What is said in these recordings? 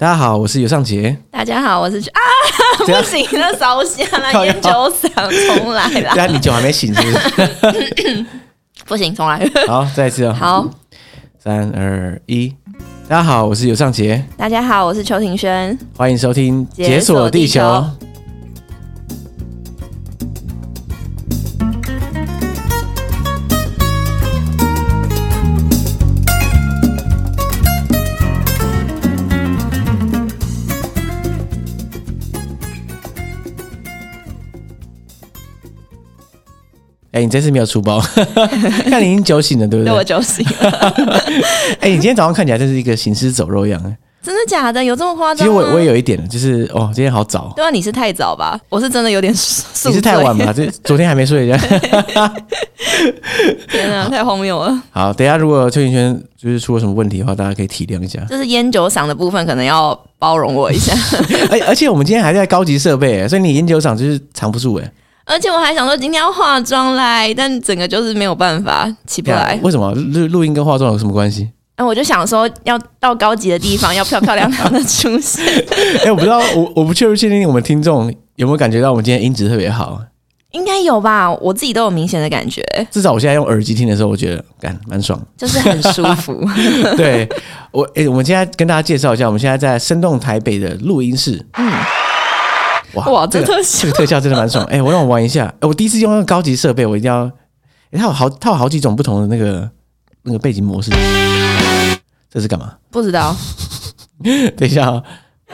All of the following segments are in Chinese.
大家好，我是尤尚杰。 大家好，我是不行，那烧香了，烟酒嗓重来啦。 对啊，你酒还没醒是不是？ 不行，重来。 好，再一次哦。 好 ，3、2、1。大家好，我是尤尚杰。 大家好，我是邱庭轩。 欢迎收听《解锁地球》。你这次没有出包，看你已经酒醒了，对不对？ 对，我酒醒了。 你今天早上看起来就是一个行尸走肉样。 真的假的？有这么夸张吗？ 其实我也有一点，就是今天好早。 对啊，你是太早吧？我是真的有点宿醉。 你是太晚吧？这昨天还没睡这样。 天啊，太荒谬了。 好，等一下如果邱庭轩就是出了什么问题的话，大家可以体谅一下。 就是烟酒嗓的部分，可能要包容我一下。 而且我们今天还在高级设备，所以你烟酒嗓就是藏不住。 而且我还想说今天要化妆来，但整个就是没有办法起不来。 为什么录音跟化妆有什么关系？ 我就想说要到高级的地方，要漂漂亮亮的出现。 我不知道，我不确定我们听众有没有感觉到我们今天音质特别好。 应该有吧，我自己都有明显的感觉。至少我现在用耳机听的时候，我觉得蛮爽， 就是很舒服。 对，我们现在跟大家介绍一下，我们现在在生动台北的录音室。哇，这个特效真的蛮爽。让我玩一下。我第一次用那个高级设备，我一定要。它有好几种不同的那个背景模式。这是干嘛？ 不知道。 等一下啊。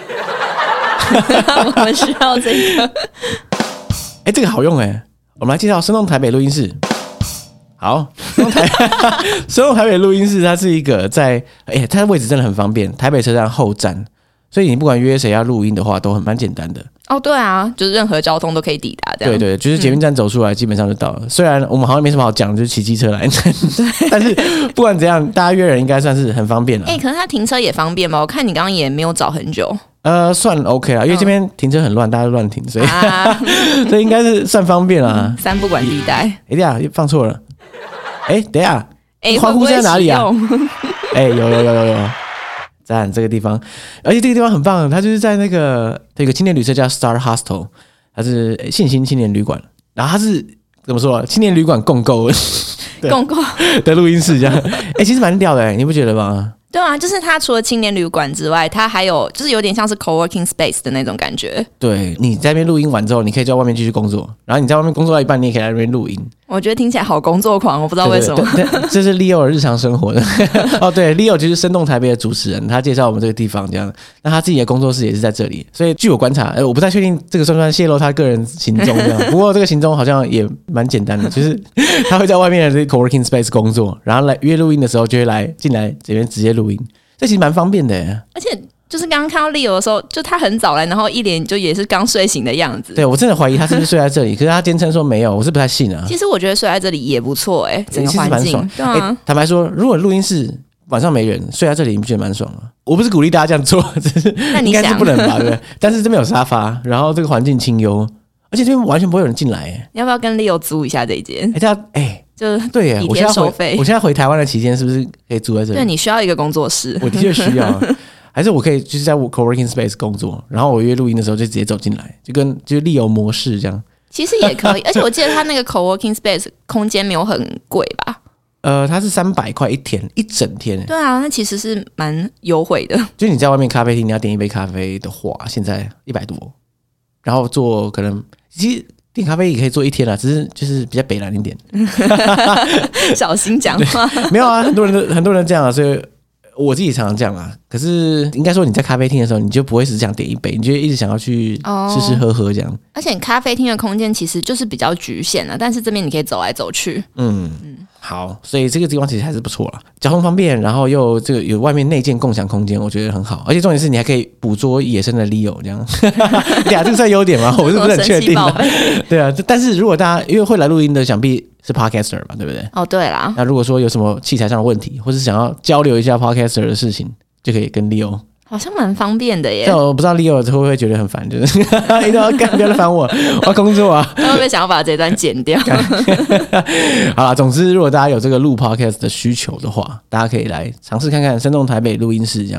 我们需要这个。 这个好用我们来介绍生动台北录音室。好，生动台北录音室，它是一个在它的位置真的很方便，台北车站后站，所以你不管约谁要录音的话，都蛮简单的。 对啊，就是任何交通都可以抵达这样。 对，就是捷运站走出来，基本上就到了。虽然我们好像没什么好讲，就是骑机车来，但是不管怎样，大家约人应该算是很方便了。 可是它停车也方便吧？我看你刚刚也没有找很久。 算 OK 啦，因为这边停车很乱，大家都乱停，所以所以应该是算方便啦。 三不管地带。 等一下放错了。等一下，欢呼声在哪里啊？有。赞，这个地方，而且这个地方很棒，它就是在那个有个青年旅社叫 Star Hostel， 它是信心青年旅馆，然后它是怎么说？青年旅馆共构的录音室这样。其实蛮屌的你不觉得吗？ 对啊，就是它除了青年旅馆之外，它还有就是有点像是 co-working space 的那种感觉。 对，你在那边录音完之后，你可以在外面继续工作，然后你在外面工作到一半，你也可以在那边录音。我觉得听起来好工作狂，我不知道为什么。 对，这是 Leo 的日常生活的。对 ，Leo 就是生动台北的主持人，他介绍我们这个地方这样。那他自己的工作室也是在这里，所以据我观察，我不太确定这个算不算泄露他个人行踪这样。不过这个行踪好像也蛮简单的，就是他会在外面的这个 co-working space 工作，然后来约录音的时候就会进来这边直接录音。这其实蛮方便的而且就是刚刚看到 Leo 的时候，就他很早来，然后一脸就也是刚睡醒的样子。 对，我真的怀疑他是不是睡在这里，可是他坚称说没有，我是不太信啊。 其实我觉得睡在这里也不错整个环境对啊。坦白说，如果录音室晚上没人，睡在这里你不觉得蛮爽吗？我不是鼓励大家这样做，应该是不能吧，对不对？但是这边有沙发，然后这个环境清幽，而且这边完全不会有人进来你要不要跟 Leo 租一下这一间？ 就是对耶， 以天收费。 我现在回台湾的期间是不是可以住在这里？ 对，你需要一个工作室。 我的确需要，还是我可以就是在我 co-working space 工作，然后我约录音的时候就直接走进来，就是利友模式这样。 其实也可以，而且我记得他那个 co-working space 空间没有很贵吧？ 它是300块一整天。 对啊，那其实是蛮优惠的。 就是你在外面咖啡厅，你要点一杯咖啡的话，现在100多，然后做可能其实。点咖啡也可以做一天啦，只是就是比较北蓝一点。 小心讲话。 没有啊，很多人这样啊，所以我自己常常这样啊。可是应该说你在咖啡厅的时候，你就不会是这样点一杯，你就一直想要去吃喝这样。 而且咖啡厅的空间其实就是比较局限了，但是这边你可以走来走去。 好，所以这个地方其实还是不错啦，交通方便，然后又这个有外面内建共享空间，我觉得很好。而且重点是你还可以捕捉野生的 Leo 这样。这个算优点吗？我是不是很确定对啊，但是如果大家因为会来录音的，想必是 podcaster 嘛，对不对？ 对啦。 那如果说有什么器材上的问题，或是想要交流一下 podcaster 的事情，就可以跟 Leo。 好像蛮方便的耶。 但我不知道 Leo 会不会觉得很烦，就是一定要干，不要来烦我，我要工作啊。 他会不会想要把这段剪掉？ 好啦，总之如果大家有这个录 podcast 的需求的话，大家可以来尝试看看生动台北录音室这样。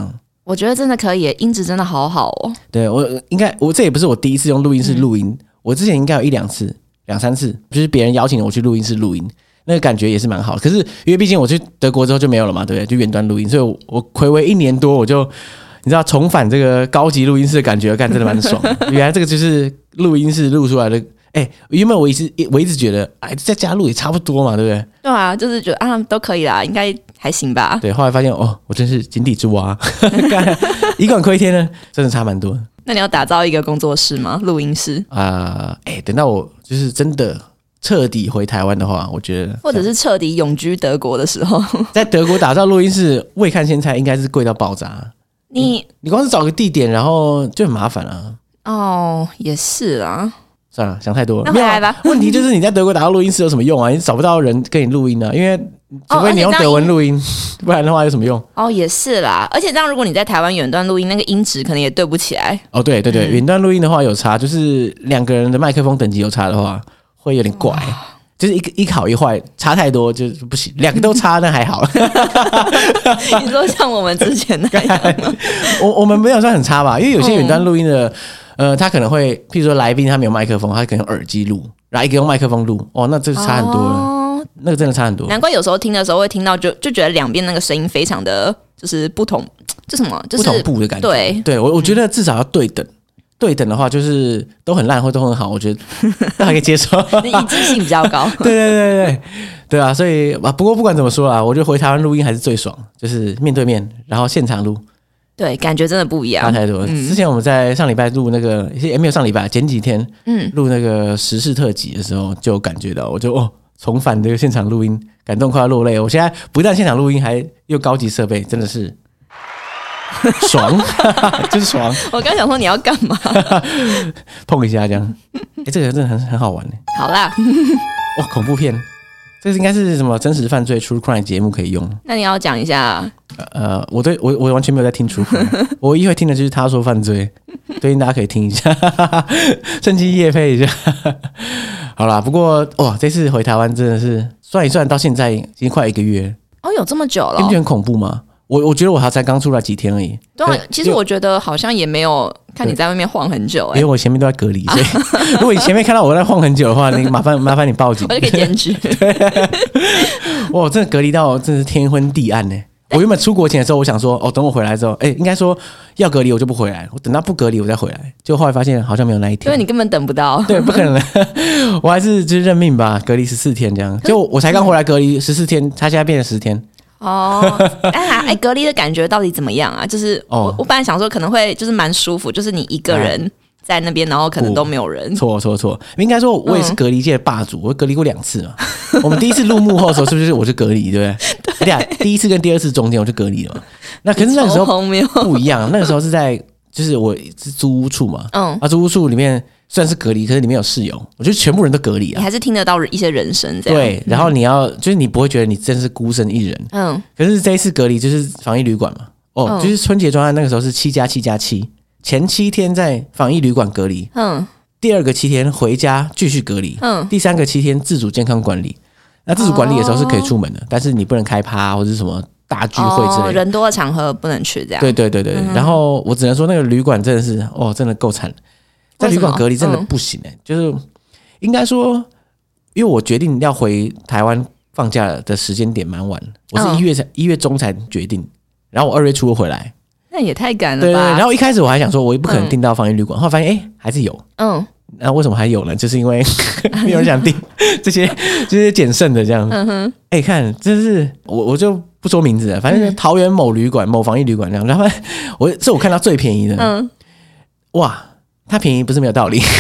我觉得真的可以耶，音质真的好好哦。 对，我这也不是我第一次用录音室录音，我之前应该有2次、2、3次，就是别人邀请我去录音室录音，那个感觉也是蛮好的。可是因为毕竟我去德国之后就没有了嘛，对不对？就远端录音，所以我睽违1年多，我就你知道重返这个高级录音室的感觉，干真的蛮爽的。原来这个就是录音室录出来的。原本我一直觉得，在家录也差不多嘛，对不对？ 对啊，就是觉得都可以啦，应该还行吧。 对，后来发现我真是井底之蛙，以管窥天呢，真的差蛮多的。 那你要打造一个工作室吗？录音室等到我就是真的彻底回台湾的话，我觉得， 或者是彻底永居德国的时候， 在德国打造录音室，未看先猜，应该是贵到爆炸。你光是找个地点，然后就很麻烦啊。 也是啦。 算了，想太多了。 那回来吧。 问题就是你在德国打造录音室有什么用啊？你找不到人跟你录音啊，因为除非你用德文录音，不然的话有什么用？ 也是啦。而且这样，如果你在台湾远端录音，那个音质可能也对不起来。 对，远端录音的话有差，就是2个人的麦克风等级有差的话，会有点怪。就是一好一坏，差太多就不行。2个都差那还好。 你说像我们之前那样我们没有算很差吧？因为有些远端录音的。他可能会，譬如说来宾他没有麦克风，他可能用耳机录，然后一个用麦克风录，那这差很多了。那个真的差很多。 难怪有时候听的时候会听到就觉得两边那个声音非常的就是不同，就什么就是不同步的感觉。对，我觉得至少要对等。对等的话，就是都很烂或都很好，我觉得还可以接受。 你一致性比较高。 对啊，所以不过不管怎么说啦，我觉得回台湾录音还是最爽，就是面对面，然后现场录。 对，感觉真的不一样， 差太多。之前我们在上礼拜录那个，也没有上礼拜，前几天录那个时事特辑的时候，就感觉到，我就重返这个现场录音，感动快要落泪。我现在不但现场录音，还又高级设备，真的是爽，就是爽。 我刚想说你要干嘛？ 碰一下这样，这个真的很好玩。 好啦， 恐怖片。这应该是什么真实犯罪 True Crime 节目可以用？ 那你要讲一下。 我完全没有在听 True Crime， 我唯一会听的就是他说犯罪，推荐大家可以听一下，趁机业配一下。好啦，不过这次回台湾真的是算一算，到现在已经快1个月。 有这么久了？ 你不觉得很恐怖吗？我觉得我才刚出来几天而已。 对啊，其实我觉得好像也没有看你在外面晃很久。 因为我前面都在隔离，所以如果你前面看到我在晃很久的话，你麻烦你报警， 我就可以检举。 哇，真的隔离到真的是天昏地暗呢。我原本出国前的时候，我想说，等我回来之后，应该说要隔离我就不回来，我等到不隔离我再回来。就后来发现好像没有那一天， 因为你根本等不到。对， 不可能，我还是就是认命吧，隔离14天这样。就我才刚回来隔离14天，他现在变成10天。 隔离的感觉到底怎么样啊？就是我本来想说可能会就是蛮舒服，就是你一个人在那边，然后可能都没有人。错， 应该说我也是隔离界的霸主，我隔离过2次嘛。我们第一次录幕后的时候，是不是我就隔离，对不对？第一次跟第2次中间我就隔离了嘛。那可是那个时候不一样，那个时候是在就是我是租屋处嘛，租屋处里面虽然是隔离，可是里面有室友，我觉得全部人都隔离了， 你还是听得到一些人声这样。 对，然后你要就是你不会觉得你真是孤身一人。可是这一次隔离就是防疫旅馆嘛，就是春节专案那个时候是7+7+7，前7天在防疫旅馆隔离，第2个7天回家继续隔离，第3个7天自主健康管理。那自主管理的时候是可以出门的，但是你不能开趴或者是什么大聚会之类的， 人多的场合不能去这样。 对。然后我只能说那个旅馆真的是真的够惨，在旅馆隔离真的不行就是应该说，因为我决定要回台湾放假的时间点蛮晚，我是1月中才决定，然后我2月初回来， 那也太赶了吧。 对，然后一开始我还想说，我也不可能订到防疫旅馆，后来发现还是有，那为什么还有呢？就是因为没有人想订这些捡剩的这样。看，真是我就不说名字了，反正桃园某旅馆、某防疫旅馆这样。然后我看到最便宜的，哇，它便宜不是没有道理。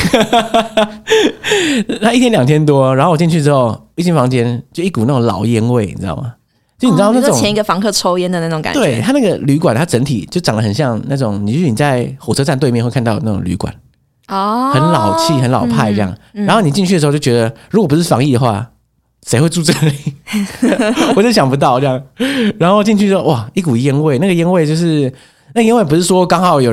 它1天2千多，然后我进去之后，一进房间就一股那种老烟味，你知道吗？就你知道那种前一个房客抽烟的那种感觉。 对，它那个旅馆，它整体就长得很像那种，你在火车站对面会看到的那种旅馆。很老气很老派这样，然后你进去的时候就觉得如果不是防疫的话谁会住这里？我就想不到这样。然后进去之后哇，一股烟味，那个烟味就是那个烟味不是说刚好有人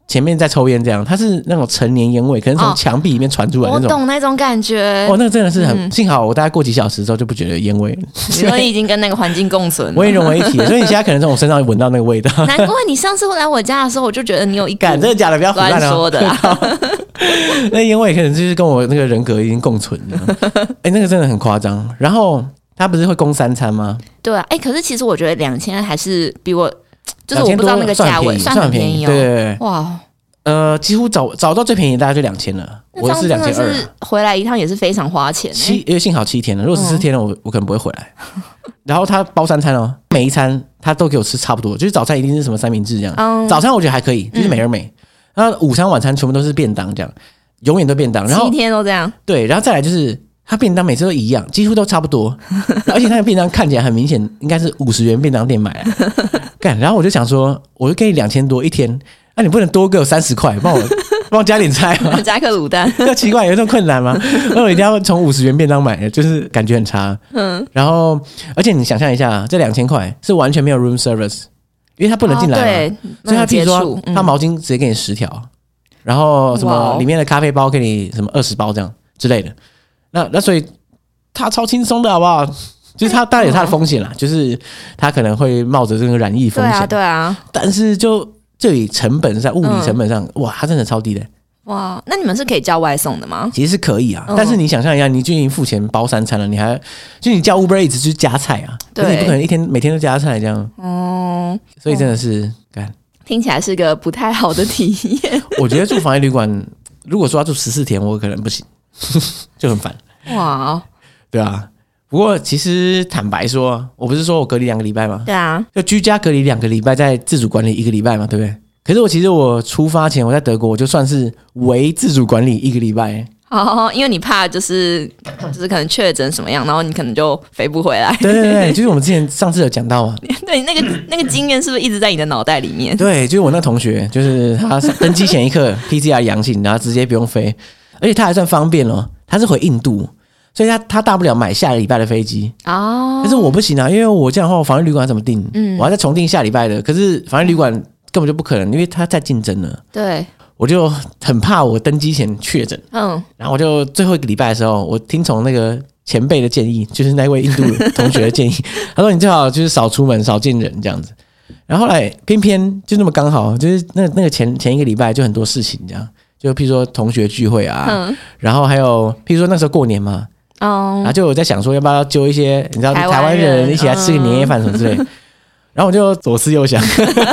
前面在抽烟这样，它是那种成年烟味，可能从墙壁里面传出来那种。 我懂那种感觉。 那个真的是很，幸好我大概过几小时之后就不觉得烟味了。 因为已经跟那个环境共存了， 我也融为一体了，所以你现在可能从我身上闻到那个味道。 难怪你上次来我家的时候，我就觉得你有一股真的假的？不要胡乱说的啊。 那烟味可能就是跟我那个人格已经共存了。那个真的很夸张。然后他不是会供3餐吗？ 对啊，可是其实我觉得2000还是比我，就是我不知道那个价位算很便宜哦。对，哇。几乎找到最便宜大概就2000了，我是2200， 回来一趟也是非常花钱。 因为幸好7天了，如果14天了，我可能不会回来。然后他包3餐哦，每一餐他都给我吃差不多，就是早餐一定是什么三明治这样，早餐我觉得还可以，就是美而美。然后午餐晚餐全部都是便当这样，永远都便当。然后 7天都这样。 对，然后再来就是他便当每次都一样，几乎都差不多，而且他的便当看起来很明显应该是50元便当店买来。然后我就想说，我就给你2000多一天。那你不能多给我30块，帮我加点菜吗？ 加颗卤蛋， 这奇怪，有这么困难吗？那我一定要从50元便当买，就是感觉很差。然后而且你想象一下，这2000块是完全没有 room service， 因为他不能进来嘛， 对， 所以他譬如说他毛巾直接给你10条，然后什么里面的咖啡包给你什么20包这样之类的。那所以他超轻松的好不好？就是他当然有他的风险啦，就是他可能会冒着这个染疫风险。 对啊， 但是就这里成本上，物理成本上，哇，它真的超低的。 哇，那你们是可以叫外送的吗？ 其实是可以啊，但是你想象一下，你就已经付钱包3餐了，你还就你叫 Uber Eats 就是加菜啊，可是你不可能每天都加菜这样。所以真的是听起来是个不太好的体验。 我觉得住防疫旅馆，如果说要住14天，我可能不行，就很烦。哇，对啊。不过其实坦白说，我不是说我隔离2个礼拜吗？ 对啊， 就居家隔离2个礼拜，在自主管理1个礼拜嘛，对不对？可是其实我出发前我在德国，我就算是为自主管理1个礼拜。 因为你怕就是可能确诊什么样，然后你可能就飞不回来。 对，就是我们之前上次有讲到嘛。 对，那个经验是不是一直在你的脑袋里面？ 对，就是我那同学，就是他登机前一刻 PCR 阳性，然后直接不用飞，而且他还算方便哦，他是回印度。所以他大不了买下个礼拜的飞机但是我不行啊，因为我这样的话，我防疫旅馆怎么订？我要再重订下礼拜的。可是防疫旅馆根本就不可能，因为他在竞争了。 对， 我就很怕我登机前确诊。然后我就最后1个礼拜的时候，我听从那个前辈的建议，就是那位印度同学的建议，他说你最好就是少出门、少见人这样子。然后后来偏偏就那么刚好，就是那个前1个礼拜就很多事情这样，就譬如说同学聚会啊，然后还有譬如说那时候过年嘛。然后就我在想说要不要揪一些你知道台湾人一起来吃个年夜饭什么之类的，然后我就左思右想。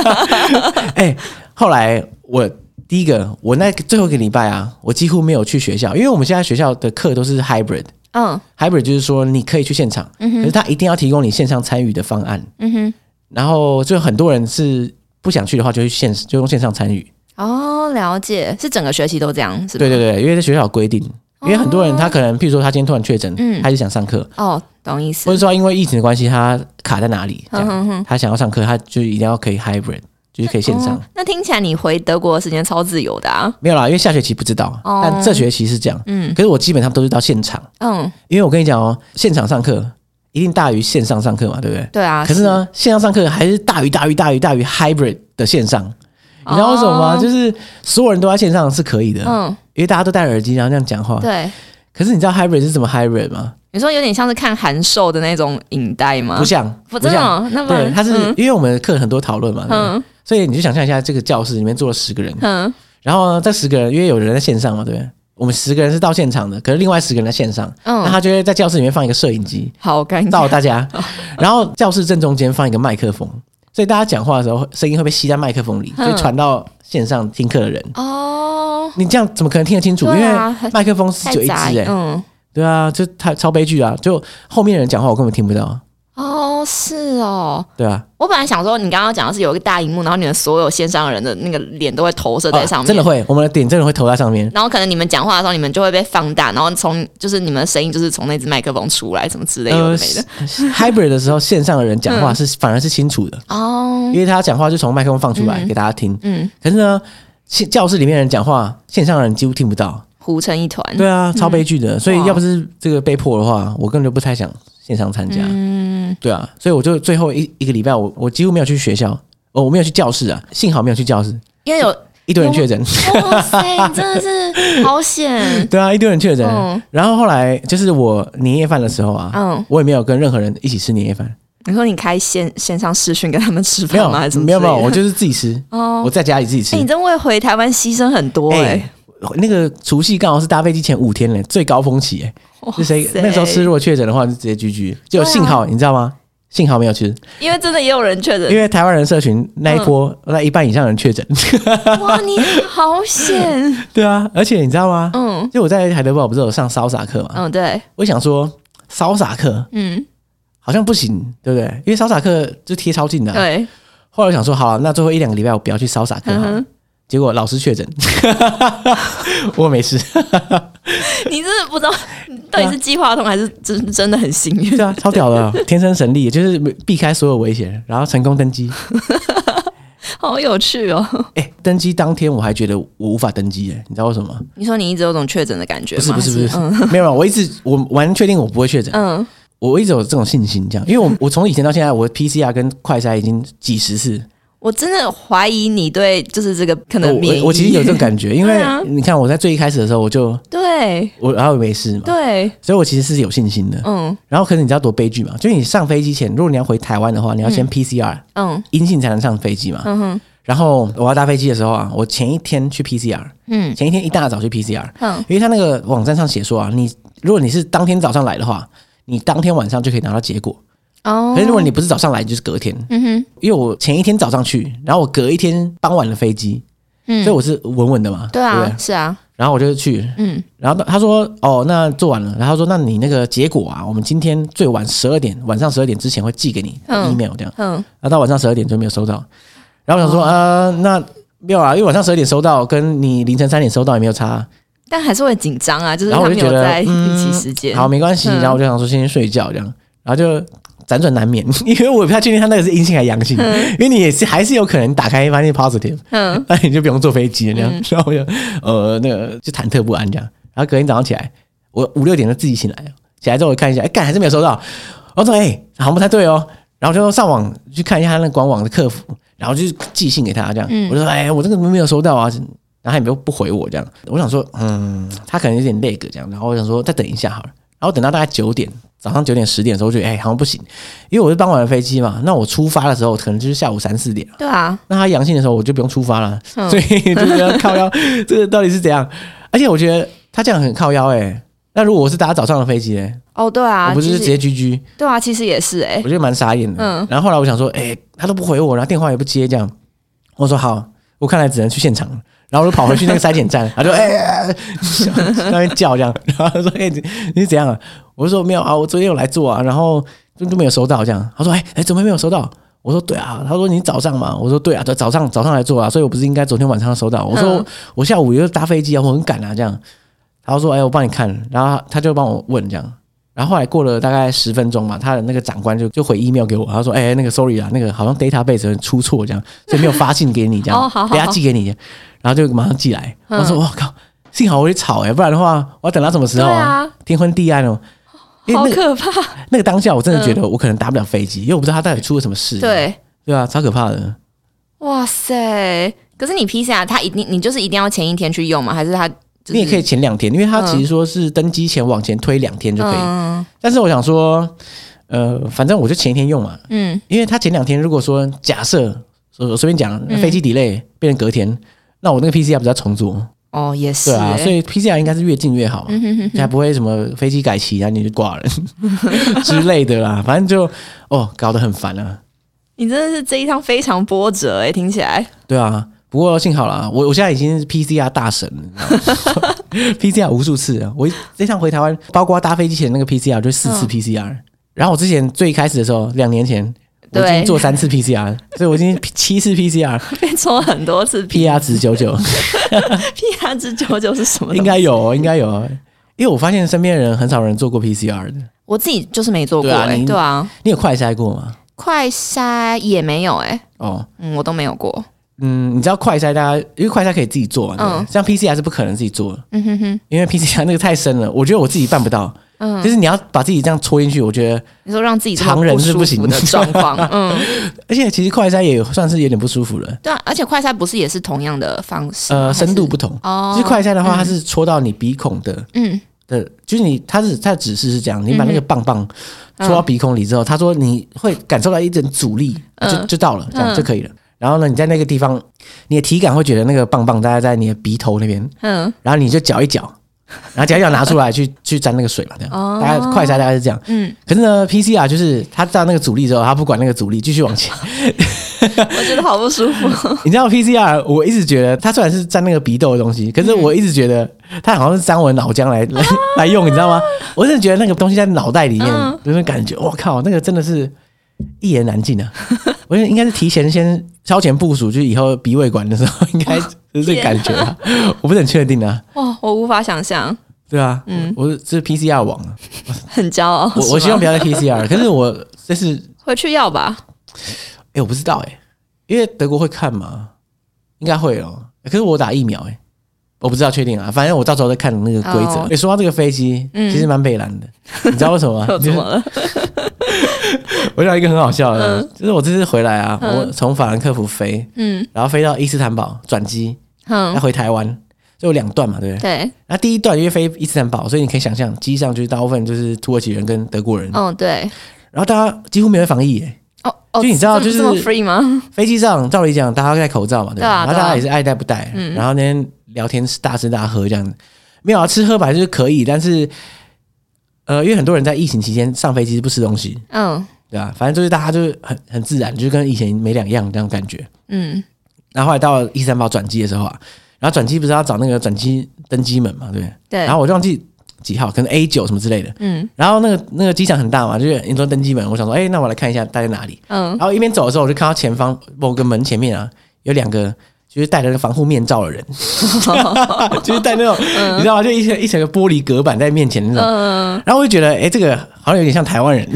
后来我第一个我那最后1个礼拜啊，我几乎没有去学校，因为我们现在学校的课都是 hybrid。hybrid 就是说你可以去现场，可是他一定要提供你线上参与的方案。然后就很多人是不想去的话就用线上参与。 了解，是整个学期都这样是吧？ 对，因为在学校有规定。因为很多人他可能譬如说他今天突然确诊，他就想上课懂意思， 或者说因为疫情的关系他卡在哪里他想要上课，他就一定要可以 hybrid， 就是可以线上。 那听起来你回德国的时间超自由的啊？ 没有啦，因为下学期不知道，但这学期是这样。可是我基本上都是到现场。因为我跟你讲现场上课一定大于线上上课嘛，对不对？ 对啊。 可是呢，线上上课还是大于 hybrid 的线上。你知道为什么吗？就是所有人都在线上是可以的，因为大家都戴耳机，然后这样讲话。 对。 可是你知道 hybrid 是怎么 hybrid 吗？ 你说有点像是看函授的那种影带吗？ 不像， 真的。那么对，它是因为我们的课很多讨论嘛，所以你就想象一下，这个教室里面坐了10个人，然后呢，这10个人因为有人在线上嘛，对不对？我们10个人是到现场的，可是另外10个人在线上，那他就会在教室里面放一个摄影机， 好尴尬， 照大家，然后教室正中间放一个麦克风。所以大家讲话的时候，声音会被吸在麦克风里，就传到线上听课的人。你这样怎么可能听得清楚？因为麦克风是只有1支对啊，就超悲剧啊！就后面的人讲话，我根本听不到。 是哦， 对啊。 我本来想说，你刚刚讲的是有一个大荧幕，然后你们所有线上的人的那个脸都会投射在上面， 真的会，我们的点真的会投在上面。 然后可能你们讲话的时候，你们就会被放大，然后就是你们的声音就是从那支麦克风出来，什么之类有的没的。 hybrid 的时候，线上的人讲话反而是清楚的因为他讲话就从麦克风放出来给大家听。可是呢，教室里面的人讲话，线上的人几乎听不到， 糊成一团。对啊，超悲剧的。所以要不是这个被迫的话，我根本就不太想线上参加。对啊，所以我就最后一个礼拜，我几乎没有去学校，我没有去教室啊，幸好没有去教室， 因为一堆人确诊。 哇塞，真的是好险！ 对啊，一堆人确诊。然后后来就是我年夜饭的时候啊，我也没有跟任何人一起吃年夜饭。 你说你开线上视讯跟他们吃饭吗？还是什么？ 没有，我就是自己吃。我在家里自己吃。 你真为回台湾牺牲很多那个除夕刚好是搭飞机前5天嘞，最高峰期就谁那时候吃如果确诊的话就直接 GG。就幸好你知道吗？幸好没有吃，因为真的也有人确诊。 因为台湾人社群那一波，那一半以上人确诊。 哇，你好险！ 对啊，而且你知道吗？就我在海德堡不是有上潇洒课嘛？ 对。我想说潇洒课，好像不行，对不对？因为潇洒课就贴超近的。 对。 后来我想说，好了，那最后1-2个礼拜我不要去潇洒课好了。结果老师确诊，我没事。 你真的不知道到底是计划通还是真的很幸运。 对啊，超屌的，天生神力，就是避开所有危险，然后成功登机。 好有趣哦！ 登机当天我还觉得我无法登机你知道为什么吗？ 你说你一直有种确诊的感觉吗？ 不是，没有，我完全确定我不会确诊。我一直有这种信心，这样，因为我从以前到现在，我 PCR 跟快筛已经几十次。 我真的怀疑你对就是这个可能免疫。 我其实有这种感觉，因为你看我在最一开始的时候我就然后没事嘛， 对， 所以我其实是有信心的。然后可是你知道多悲剧嘛？就是你上飞机前，如果你要回台湾的话，你要先 PCR，阴性才能上飞机嘛。然后我要搭飞机的时候啊，我前一天去 PCR，前一天一大早去 PCR，因为他那个网站上写说啊，如果你是当天早上来的话，你当天晚上就可以拿到结果。可是如果你不是早上来，就是隔天。因为我前一天早上去，然后我隔一天傍晚的飞机，所以我是稳稳的嘛。 对啊， 对不对？ 是啊。 然后我就去，然后他说那做完了，然后他说那你那个结果啊，我们今天最晚晚上12点之前会寄给你 email 这样。然后到晚上12点就没有收到。然后我想说那没有啊，因为晚上12点收到跟你凌晨3点收到也没有差。 但还是会紧张啊，就是他没有在预期时间。 好，没关系。然后我就想说先睡觉这样，然后就辗转难眠，因为我也不太确定他那个是阴性还是阳性，因为你也是还是有可能打开发现 positive， 那你就不用坐飞机了这样。然后我就那个就忐忑不安这样。然后隔天早上起来，我5-6点就自己醒来了，起来之后我看一下，干还是没有收到。我说好像不太对哦，然后就上网去看一下他那个官网的客服，然后就寄信给他这样。我就说我这个没有收到啊，然后他也不回我这样。我想说他可能有点lag这样，然后我想说再等一下好了。然后等到大概9点，早上9点10点的时候，觉得好像不行，因为我是傍晚的飞机嘛，那我出发的时候可能就是下午3-4点。 对啊， 那他阳性的时候我就不用出发了，所以就觉得靠腰，这个到底是怎样？而且我觉得他这样很靠腰那如果我是搭早上的飞机对啊， 我不是直接 GG？ 对啊，其实也是我觉得蛮傻眼的。然后后来我想说，他都不回我，然后电话也不接，这样，我说好，我看来只能去现场了。然后我就跑回去那个筛检站，他就那边叫这样，然后他说你是怎样啊？我就说没有啊，我昨天有来做啊，然后就没有收到这样。他说怎么没有收到？我说对啊。他说你早上嘛？我说对啊，早上来做啊，所以我不是应该昨天晚上收到？我说我下午又搭飞机啊，我很赶啊这样。他说我帮你看，然后他就帮我问这样。然后后来过了大概10分钟嘛，他的那个长官就回 email 给我，他说那个 sorry 啦，那个好像 database 出错这样，所以没有发信给你这样，等下寄给你，然后就马上寄来。我说我靠，幸好我会吵不然的话我要等到什么时候啊？天昏地暗哦， 好可怕。 那个当下我真的觉得我可能搭不了飞机，因为我不知道他到底出了什么事。对啊，超可怕的。 哇塞！可是你 PCR 他你就是一定要前一天去用吗？还是他？ 你也可以前2天，因为他其实说是登机前往前推2天就可以。但是我想说，反正我就前一天用嘛。因为他前2天如果说假设我随便讲，飞机 delay 变成隔天，那我那个 PCR 不是要重做？ 也是。 对啊，所以 PCR 应该是越近越好嘛，才不会什么飞机改期啊你就挂了之类的啦。反正就搞得很烦啊。 你真的是这一趟非常波折听起来。 对啊。不过幸好啦，我现在已经是 PCR 大神了，PCR 无数次了。我这趟回台湾，包括搭飞机前那个 PCR 就4次 PCR，然后我之前最开始的时候2年前，我已经做3次 PCR，所以我已经7次 PCR， 被做很多次 PR 值99 ，PR 值99是什么？ 应该有，因为我发现身边的人很少人做过 PCR 的。 我自己就是没做过对啊， 你有快筛过吗？ 快筛也没有我都没有过。 你知道快筛因为快筛可以自己做嘛，像 PCR 是不可能自己做的，因为 PCR 那个太深了，我觉得我自己办不到， 就是你要把自己这样戳进去，我觉得你说让自己常人是不行的状况， 而且其实快筛也算是有点不舒服了。 对啊，而且快筛不是也是同样的方式， 深度不同。就是快筛的话，它是戳到你鼻孔的，就是它的指示是这样，你把那个棒棒戳到鼻孔里之后，他说你会感受到一阵阻力，就到了，这样就可以了。然后呢，你在那个地方，你的体感会觉得那个棒棒大概在你的鼻头那边，然后你就搅一搅。然后搅一搅拿出来去沾那个水嘛，这样，大概快筛大概是这样。可是呢 ，PCR 就是他到那个阻力之后，他不管那个阻力，继续往前。 我觉得好不舒服。 你知道 PCR， 我一直觉得它虽然是沾那个鼻窦的东西，可是我一直觉得它好像是沾我的脑浆来用，你知道吗？我真的觉得那个东西在脑袋里面，有种感觉，我靠，那个真的是一言难尽啊！我觉得应该是提前先超前部署，就以后鼻胃管的时候应该是这个感觉啊，我不是很确定啊。 我无法想象。 对啊，我是 PCR 王啊， 很骄傲。 我希望不要再 PCR， 可是我这是回去要吧？ 我不知道因为德国会看嘛，应该会哦。可是我打疫苗我不知道确定啊，反正我到时候再看那个规则。说到这个飞机，其实蛮北蓝的，你知道为什么吗？ 怎么了？ 我想一个很好笑的，就是我这次回来啊，我从法兰克福飞，然后飞到伊斯坦堡转机，要回台湾，就有2段嘛，对不对？对。那第一段因为飞伊斯坦堡，所以你可以想象机上就是大部分就是土耳其人跟德国人。对。然后大家几乎没有防疫就你知道就是这么 free 吗？ 飞机上照理讲大家戴口罩嘛，对吧？然后大家也是爱戴不戴，然后那天聊天大吃大喝这样子，没有吃喝本来就是可以，但是因为很多人在疫情期间上飞机是不吃东西，对吧？反正就是大家就是很自然，就是跟以前没两样这样感觉。然后后来到伊斯坦堡转机的时候啊，然后转机不是要找那个转机登机门嘛，对不对？对。然后我就忘记几号，可能 A9 什么之类的。然后那个机场很大嘛，就是你说登机门，我想说，那我来看一下待在哪里。然后一边走的时候，我就看到前方某个门前面啊，有2个就是戴着那个防护面罩的人，就是戴那种，你知道吗？就一层玻璃隔板在面前那种。然后我就觉得，这个好像有点像台湾人。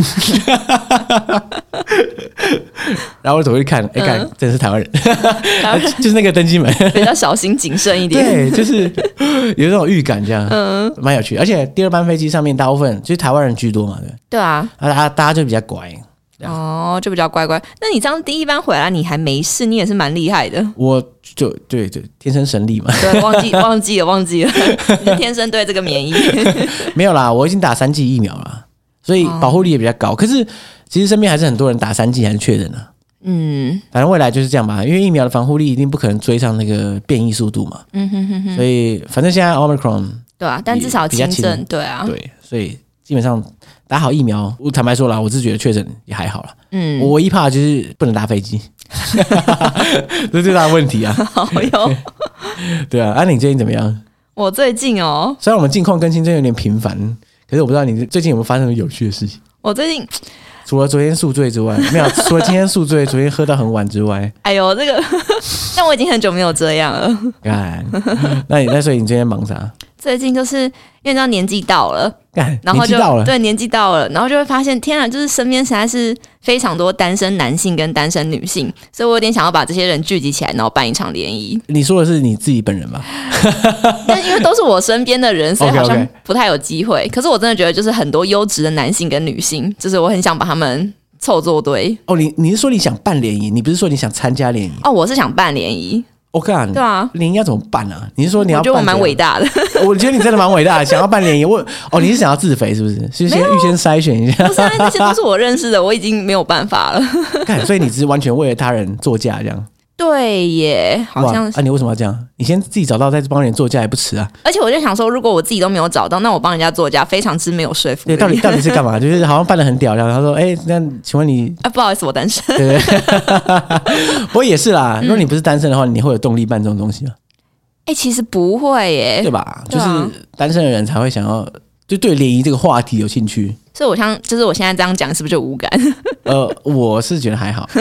然后我走过去看，看，真的是台湾人，就是那个登机门， 比较小心谨慎一点。 对，就是有这种预感，这样，蛮有趣的。而且第2班飞机上面大部分就是台湾人居多嘛，对。对啊，大家就比较乖。 就比较乖乖。那你这样第1班回来你还没事，你也是蛮厉害的。 我就对天生神力嘛。 对，忘记了，你就天生对这个免疫。 没有啦，我已经打3剂疫苗了，所以保护力也比较高。可是其实身边还是很多人打3剂还是确诊了。反正未来就是这样吧，因为疫苗的防护力一定不可能追上那个变异速度嘛。所以反正现在 Omicron 对啊，但至少轻症，对啊， 对，所以基本上打好疫苗，我坦白说啦，我是觉得确诊也还好啦。我唯一怕的就是不能搭飞机，这是最大的问题啊。 好哟。 对啊，你最近怎么样？ 我最近虽然我们近况更新真的有点频繁，可是我不知道你最近有没有发生什么有趣的事情。 我最近除了昨天宿醉之外，没有，除了今天宿醉，昨天喝到很晚之外， 哎呦，这个，但我已经很久没有这样了。 那所以你今天忙啥？ 最近就是因为你知道年纪到了， 然后就对年纪到了，然后就会发现天啊，就是身边实在是非常多单身男性跟单身女性，所以我有点想要把这些人聚集起来，然后办一场联谊。 你说的是你自己本人吗？ 但因为都是我身边的人，所以好像不太有机会。可是我真的觉得，就是很多优质的男性跟女性，就是我很想把他们凑作堆。 你是说你想办联谊，你不是说你想参加联谊？ 我是想办联谊。 对啊，联谊要怎么办啊？你是说你要？ 我觉得我蛮伟大的。 我觉得你真的蛮伟大的，想要办联谊。你是想要自肥是不是？是先预先筛选一下。 不是，那些都是我认识的，我已经没有办法了。 所以你只是完全为了他人作嫁这样？ 对耶，好像是。 你为什么要这样？你先自己找到再帮人作嫁也不迟啊。 而且我就想说，如果我自己都没有找到，那我帮人家作嫁非常之没有说服力。 对，到底是干嘛？就是好像办得很屌，然后他说：“那请问你…… 不好意思，我单身。” 对。不过也是啦，如果你不是单身的话，你会有动力办这种东西吗？ 其实不会耶， 对吧？就是单身的人才会想要，就对联谊这个话题有兴趣。 所以我现在这样讲，是不是就无感？ 我是觉得还好。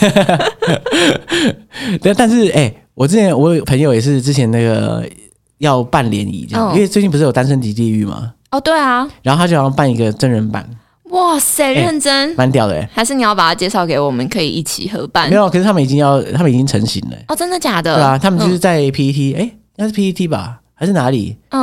对，但是我有朋友也是之前那个要办联谊这样，因为最近不是有单身即地狱吗？ 对啊。 然后他就想要办一个真人版。 哇塞，认真， 蛮屌的还是你要把它介绍给我们，可以一起合办？ 没有，可是他们已经成型了。 真的假的？ 对啊，他们就是在 PTT，那是 PTT 吧？还是哪里？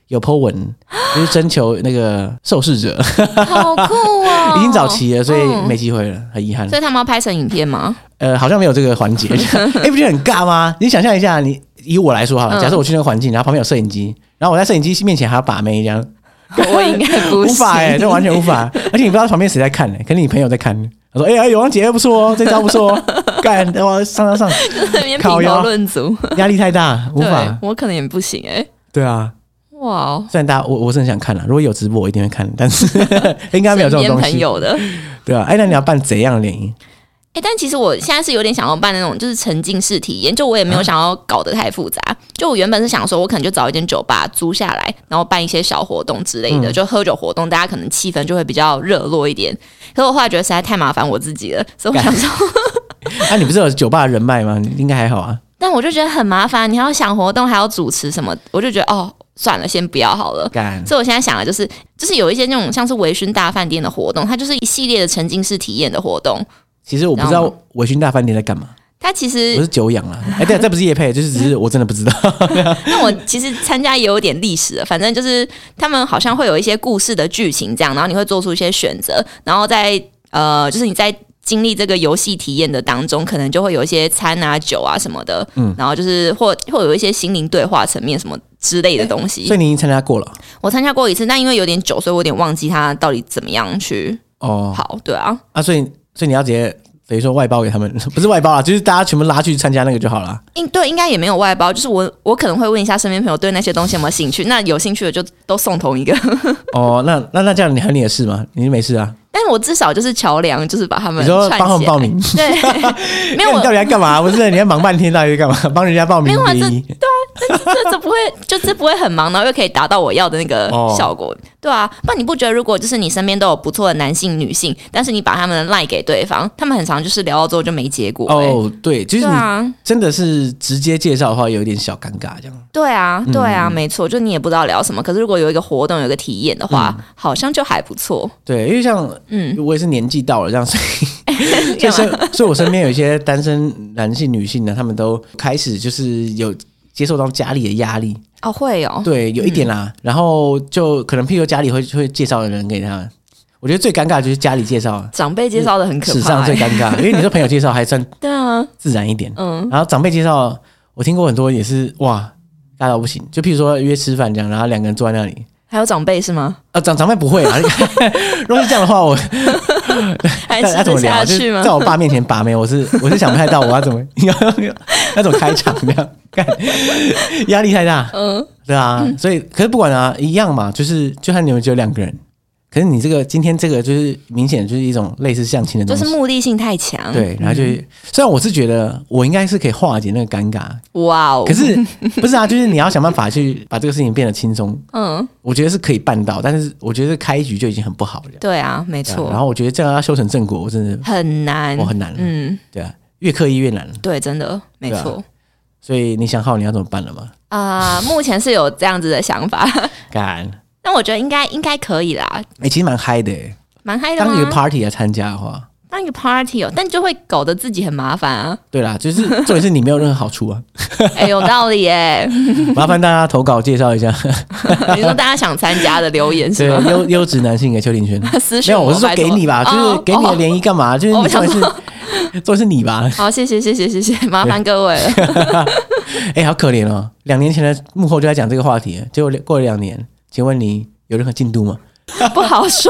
有 po 文，就是征求那个受试者， 好酷哦！ 已经早期了，所以没机会了，很遗憾。 所以他们要拍成影片吗？ 好像没有这个环节，不觉得很尬吗？你想象一下，你以我来说好了，假设我去那个环境，然后旁边有摄影机，然后我在摄影机面前还要把妹这样。 我应该不行， 无法这完全无法，而且你不知道旁边谁在看可能你朋友在看，他说有王姐不错哦，这招不错哦，干我上， 在那边评头论足， 压力太大，无法， 我可能也不行对啊， 哇， 虽然我是很想看如果有直播我一定会看，但是应该没有这种东西， 朋友的， 对啊，那你要办怎样的联谊？ 但其实我现在是有点想要办那种就是沉浸式体验，就我也没有想要搞得太复杂，就我原本是想说我可能就找一间酒吧租下来，然后办一些小活动之类的，就喝酒活动，大家可能气氛就会比较热络一点。可是我后来觉得实在太麻烦我自己了，所以我想说你不是有酒吧的人脉吗？应该还好啊。 但我就觉得很麻烦，你还要想活动还要主持什么，我就觉得算了，先不要好了。所以我现在想的就是有一些那种像是微醺大饭店的活动，它就是一系列的沉浸式体验的活动。 其实我不知道微醺大饭店在干嘛。 他其实我是久仰了，对，这不是业配，就是只是我真的不知道。 那我其实参加也有点历史了，反正就是他们好像会有一些故事的剧情这样，然后你会做出一些选择，然后在就是你在经历这个游戏体验的当中，可能就会有一些餐啊、酒啊什么的，然后就是或有一些心灵对话层面什么之类的东西。 所以你已经参加过了？ 我参加过一次，但因为有点久，所以我有点忘记它到底怎么样去好，对啊， 所以你要直接。等于说外包给他们，不是外包啦，就是大家全部拉去参加那个就好了。 对，应该也没有外包，就是我可能会问一下身边朋友对那些东西有没有兴趣，那有兴趣的就都送同一个。 那这样你还有你的事吗？你没事啊？ 但是我至少就是桥梁，就是把他们你说帮他们报名， 对，没有， 你到底在干嘛？不是你在忙半天，到底在干嘛？帮人家报名联谊？ 对啊，这不会很忙，然后又可以达到我要的那个效果，对啊。不然你不觉得，如果就是你身边都有不错的男性、女性，但是你把他们的 line 给对方，他们很常就是聊到之后就没结果。 对，就是你真的是直接介绍的话，有一点小尷尬这样。 对啊，没错，就你也不知道聊什么。可是如果有一个活动、有一个体验的话，好像就还不错。 对，因为像我也是年纪到了这样，所以我身边有一些单身男性、女性呢，他们都开始就是有接受到家里的压力。 会哦， 对，有一点啦。然后就可能譬如家里会介绍的人给他们。我觉得最尴尬就是家里介绍， 长辈介绍的很可怕， 史上最尴尬。因为你说朋友介绍还算对啊自然一点，然后长辈介绍，我听过很多也是哇，尬到不行。就譬如说约吃饭这样，然后两个人坐在那里。 还有长辈是吗？ 长辈不会啊。如果是这样的话，我还吃得下去吗？ 在我爸面前把妹，我是想不太到我要怎么那种开场这样干，压力太大。对啊，所以可是不管啊，一样嘛，就算你们只有2个人。可是你今天这个就是明显就是一种类似相亲的东西， 就是目的性太强。 对，然后虽然我是觉得我应该是可以化解那个尴尬， 哇哦！ 可是不是啊，就是你要想办法去把这个事情变得轻松。我觉得是可以办到，但是我觉得开局就已经很不好了。 对啊，没错。 然后我觉得这样要修成正果，我真的很难， 很难。对啊，越刻意越难。 对，真的没错。 所以你想好你要怎么办了吗？ 目前是有这样子的想法。但我觉得应该可以啦。 其实蛮嗨的蛮嗨的吗？ 当一个 party 来参加的话， 当一个 party 但就会搞得自己很麻烦啊。 对啦，就是重点是你没有任何好处啊。 有道理耶。 麻烦大家投稿介绍一下。 你说大家想参加的留言是吗？ 对，优质男性给邱鼎轩。 没有， 我是说给你吧，就是给你的联谊干嘛？就是你重点是你吧。 好，谢谢，麻烦各位了。 好可怜哦！2年前的幕后就在讲这个话题，结果过了2年。请问你有任何进度吗？ 不好说。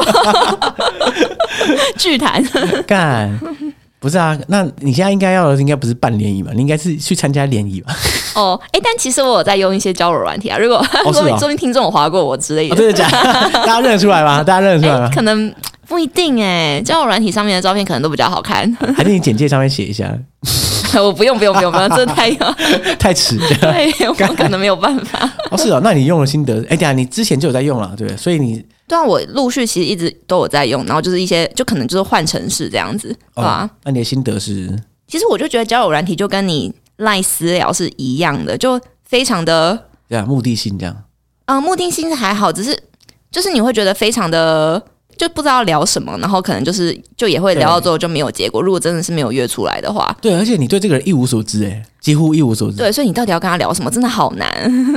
剧谈干不是啊？那你现在应该要的应该不是办联谊吧？你应该是去参加联谊吧？ 但其实我有在用一些交友软体啊。如果说明听众有滑过我之类的， 真的假的？大家认得出来吗？ 可能不一定交友软体上面的照片可能都比较好看。 还是你简介上面写一下？ 我不用，这太迟。 对，我可能没有办法。 是哦，那你用了心得？等一下你之前就有在用了，对，所以你对啊，我陆续其实一直都有在用，然后就是一些就可能就是换城市这样子，对吧？ 那你的心得是？ 其实我就觉得交友软体就跟你赖私聊是一样的，就非常的目的性这样。 目的性还好，只是就是你会觉得非常的。就不知道聊什么，然后可能就也会聊到最后就没有结果。如果真的是没有约出来的话， 对，而且你对这个人一无所知，几乎一无所知。 对，所以你到底要跟他聊什么，真的好难。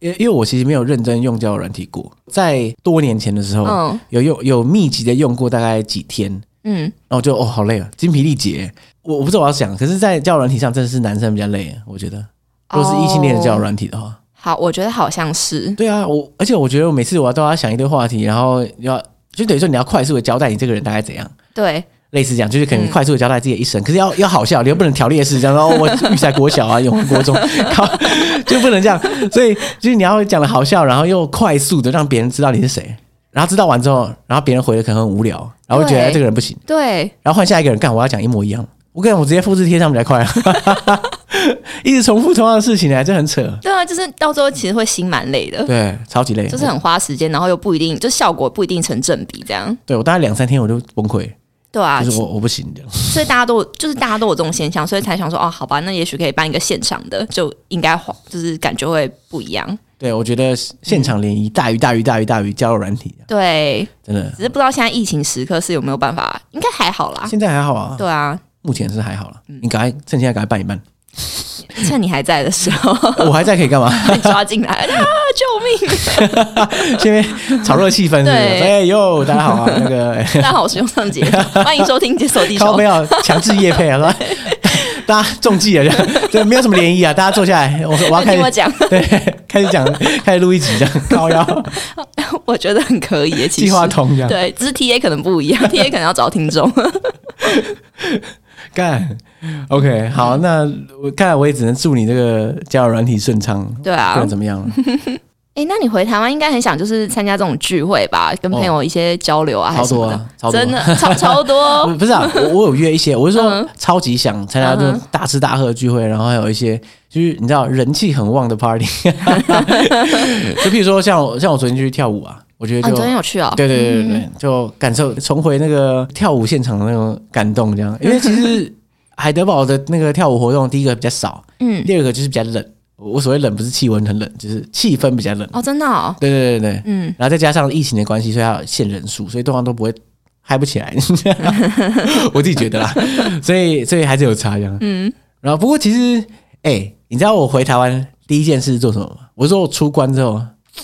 因为我其实没有认真用交友软体过，在多年前的时候，有密集的用过大概几天，然后我就好累啊，精疲力竭。我不知道我要讲，可是，在交友软体上真的是男生比较累，我觉得，如果是异性恋的交友软体的话， 好，我觉得好像是。 对啊，而且我觉得我每次都要想一堆话题，然后就等于说你要快速的交代你这个人大概怎样， 对。 类似这样，就是可能快速的交代自己的一生，可是要好笑，你又不能条列式这样说，我育才国小啊，永和国中，就不能这样，所以就是你要讲的好笑，然后又快速的让别人知道你是谁，然后知道完之后，然后别人回的可能很无聊，然后会觉得这个人不行， 对， 然后换下一个人干，我要讲一模一样，我跟你讲，我直接复制贴上比较快，一直重复同样的事情呢，这很扯。 对啊，就是到最后其实会心蛮累的， 对，超级累， 就是很花时间，然后又不一定，就效果不一定成正比这样。 对我大概2-3天我就崩溃。 对啊， 就是我不行这样， 所以大家都有这种现象，所以才想说好吧，那也许可以办一个现场的，就应该就是感觉会不一样。 对，我觉得现场联谊大于交友软体。 对， 真的， 只是不知道现在疫情时刻是有没有办法，应该还好啦。 现在还好啊。 对啊， 目前是还好了。你赶快趁现在赶快办一办。 趁你还在的时候， 我还在可以干嘛？ 被抓进来啊！救命！ 这边炒热气氛是不是？哎呦，大家好啊，那个大家好，我是用上节，欢迎收听《解锁地球》。 靠不要强制业配啊，说大家中计了，对，没有什么联谊啊，大家坐下来，我要开始讲， 对，开始录一集这样，靠腰。 我觉得很可以，其实计划通这样， 对，只是 TA 可能不一样，TA 可能要找听众。 干 ，OK， 好，那看来我也只能祝你这个交友软体顺畅， 对啊， 不然怎么样了？ 那你回台湾应该很想就是参加这种聚会吧，跟朋友一些交流啊， 超多啊，超多真的超多。 不是啊，我有约一些，我是说超级想参加这种大吃大喝的聚会，然后还有一些就是你知道人气很旺的 party， 就譬如说像我昨天去跳舞啊。我觉得你昨天有去哦？ 对，就感受重回那个跳舞现场的那种感动，这样。因为其实海德堡的那个跳舞活动，第一个比较少，第二个就是比较冷。我所谓冷不是气温很冷，就是气氛比较冷。 哦，真的哦？ 对，然后再加上疫情的关系，所以它有限人数，所以通常都不会嗨不起来。我自己觉得啦，所以还是有差这样。然后不过其实，你知道我回台湾第一件事做什么吗？我说我出关之后。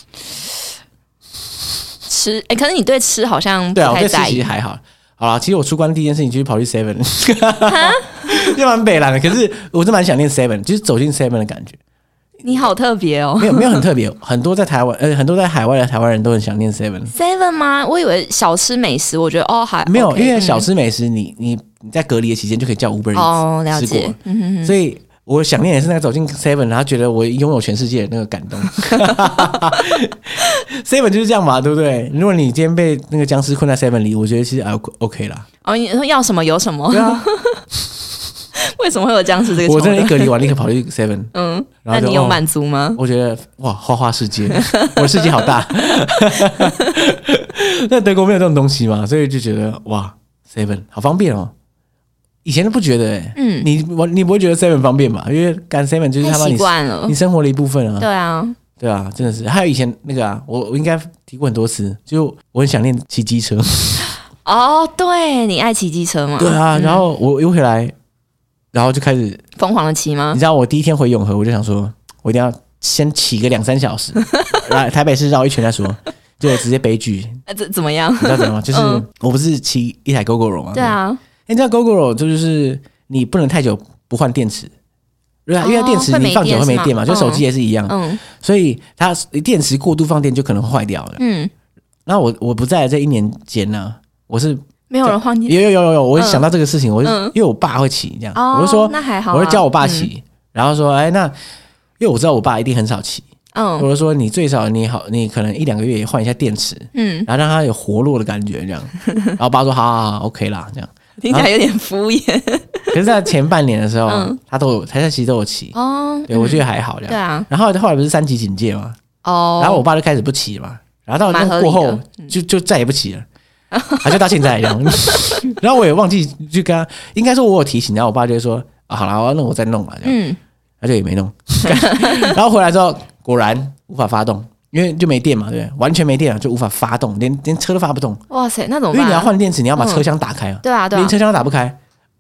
吃可是你对吃好像不太在意。 对啊，我对吃其实还好。好啦，其实我出关第一件事情就是跑去 Seven， 就蛮北蓝的。可是我是蛮想念 Seven， 就是走进 Seven 的感觉。 你好特别哦。 没有很特别，很多在台湾，很多在海外的台湾人都很想念 Seven 吗？我以为小吃美食，我觉得还没有，因为小吃美食你在隔离的期间就可以叫 Uber Eats 了解。 所以。我想念也是那个走进 Seven， 然后觉得我拥有全世界的那个感动。Seven 就是这样嘛，对不对？如果你今天被那个僵尸困在 Seven 里，我觉得其实OK 啦。 你说要什么有什么？对啊。为什么会有僵尸这个？ 我真的一隔离完立刻跑去 Seven。 那你有满足吗？ 我觉得哇，花世界，我的世界好大。那德国没有这种东西嘛，所以就觉得哇 ，Seven 好方便哦。以前都不觉得你不会觉得 Seven 方便吧？因为干 Seven 就是他妈你生活的一部分啊。对啊，真的是。还有以前那个啊，我应该提过很多次，就我很想念骑机车。 对，你爱骑机车吗？ 对啊，然后我又回来，然后就开始疯狂的骑吗？ 你知道我第一天回永和，我就想说，我一定要先骑个2-3小时，来台北市绕一圈再说。就直接悲剧。 怎么样？ 你知道怎么样吗？就是我不是骑一台 GoGoRo 吗？ 对啊。 你知道 GoGoRo 就是你不能太久不换电池，因为电池你放久会没电嘛，就手机也是一样，所以它电池过度放电就可能会坏掉了。那我不在这1年间呢，我是没有人换电。 有，我想到这个事情，我就因为我爸会骑这样，我就说那还好， 我就教我爸骑，然后说那因为我知道我爸一定很少骑。我就说你最少你可能1-2个月也换一下电池，然后让它有活络的感觉这样。然后爸说好 OK 啦这样。 听起来有点敷衍。 可是在前半年的时候，他其实都有骑对，我觉得还好这样。 对啊。 然后后来不是3级警戒嘛，然后我爸就开始不骑嘛，然后到那过后就再也不骑了，就到现在这样。然后我也忘记就跟他，应该说我有提醒，然后我爸就会说好了，那我再弄了这样。他就也没弄。然后回来之后果然无法发动。因为就没电嘛，对不对？完全没电了，就无法发动，连车都发不动。 哇塞，那怎么办？ 因为你要换电池，你要把车厢打开啊。 对啊， 连车厢都打不开，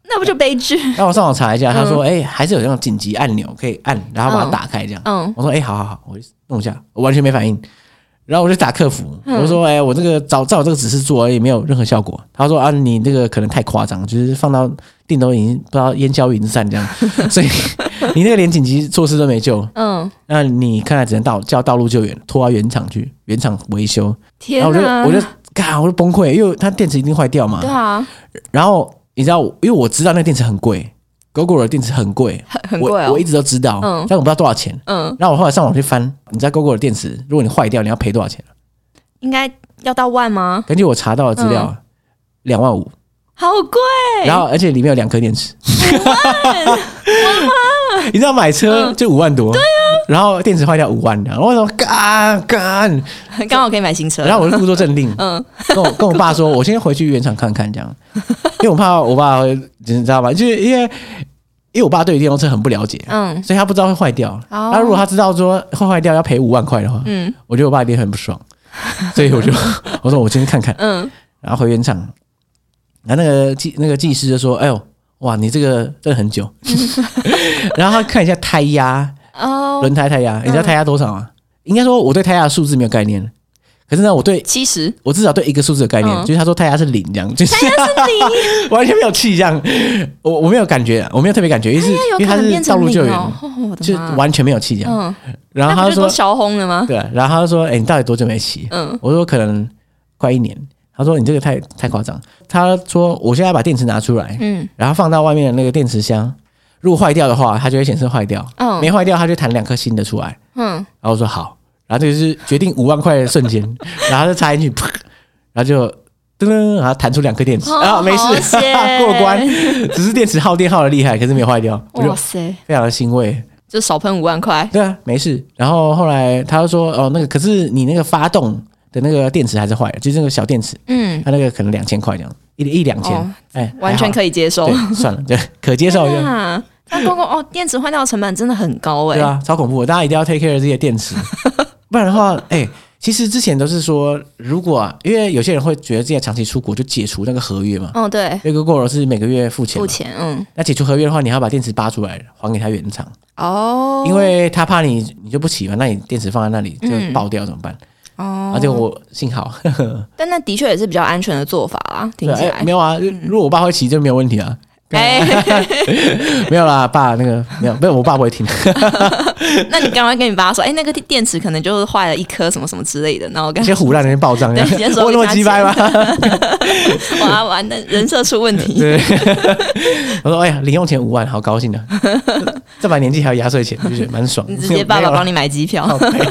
那不就悲剧？ 然后我上网查一下，他说还是有这种紧急按钮可以按，然后把它打开这样。我说好，我弄一下，我完全没反应。然后我就打客服，我说我这个照这个指示做而已，没有任何效果。他说你这个可能太夸张，就是放到电都已经不知道烟消云散这样，所以你那个连紧急措施都没救。那你看来只能叫道路救援拖到原厂去，原厂维修。 天啊！ 然后我就崩溃，因为它电池一定坏掉嘛。 对啊。然后你知道，因为我知道那电池很贵。GoGo 的电池很贵， 很贵哦， 我一直都知道，但我不知道多少钱。然后我后来上网去翻，你知道 GoGo 的电池，如果你坏掉，你要赔多少钱？ 应该要到万吗？ 根据我查到的资料，2万5， 好贵。然后而且里面有2颗电池 ，5万，哇！ 你知道买车就5万多，对啊，然后电池坏掉5万的，我说干， 刚好可以买新车。 然后我就故作镇定，跟我爸说，我先回去原厂看看这样，因为我怕我爸会，你知道吗？就是因为我爸对电动车很不了解，所以他不知道会坏掉。那如果他知道说会坏掉要赔5万块的话，我觉得我爸一定很不爽，所以我说我先看看，然后回原厂，然后那个技师就说，哎呦，哇，你这个真的很久，然后他看一下胎压，轮胎胎压，你知道胎压多少吗？应该说我对胎压的数字没有概念。可是呢，我对 70， 我至少对一个数字的概念，就是他说胎压是0这样，就是胎压是0， 完全没有气这样，我没有感觉，我没有特别感觉，因为他是道路救援，就完全没有气这样。然后他就说小轰了吗？ 对，然后他就说，你到底多久没骑？我说可能快1年。他说你这个太夸张。他说我现在把电池拿出来，然后放到外面的那个电池箱，如果坏掉的话，它就会显示坏掉，没坏掉，他就弹2颗新的出来。然后我说好。然后这就是决定5万块的瞬间，然后就插进去，然后就噔噔，然后弹出2颗电池，没事，过关。只是电池耗电耗的厉害，可是没有坏掉，哇塞，非常的欣慰， 就少喷5万块。 对啊，没事。然后后来他就说，那个可是你那个发动的那个电池还是坏了，就是那个小电池，他那个可能2000块这样，1-2千， 完全可以接受， 对，算了，对，可接受就。 那GoGo电池坏掉的成本真的很高对啊，超恐怖的，大家一定要 take care 这些电池。不然的话，其实之前都是说，如果因为有些人会觉得自己长期出国就解除那个合约嘛， 对， 因为 GoGo 是每个月付钱，那解除合约的话，你还要把电池拔出来还给他原厂，因为他怕你就不骑嘛，那你电池放在那里就爆掉怎么办？而且我幸好， 但那的确也是比较安全的做法啊，听起来没有啊，如果我爸会骑就没有问题啊。没有啦，爸，那个没有，不是我爸不会听。 那你刚刚跟你爸说，那个电池可能就是坏了1颗什么什么之类的，然后先唬烂人爆炸，我那么鸡掰吗？ 哇，完了，人设出问题。 我说零用钱5万，好高兴的，这把年纪还有压岁钱，就觉得蛮爽。 你直接爸爸帮你买机票。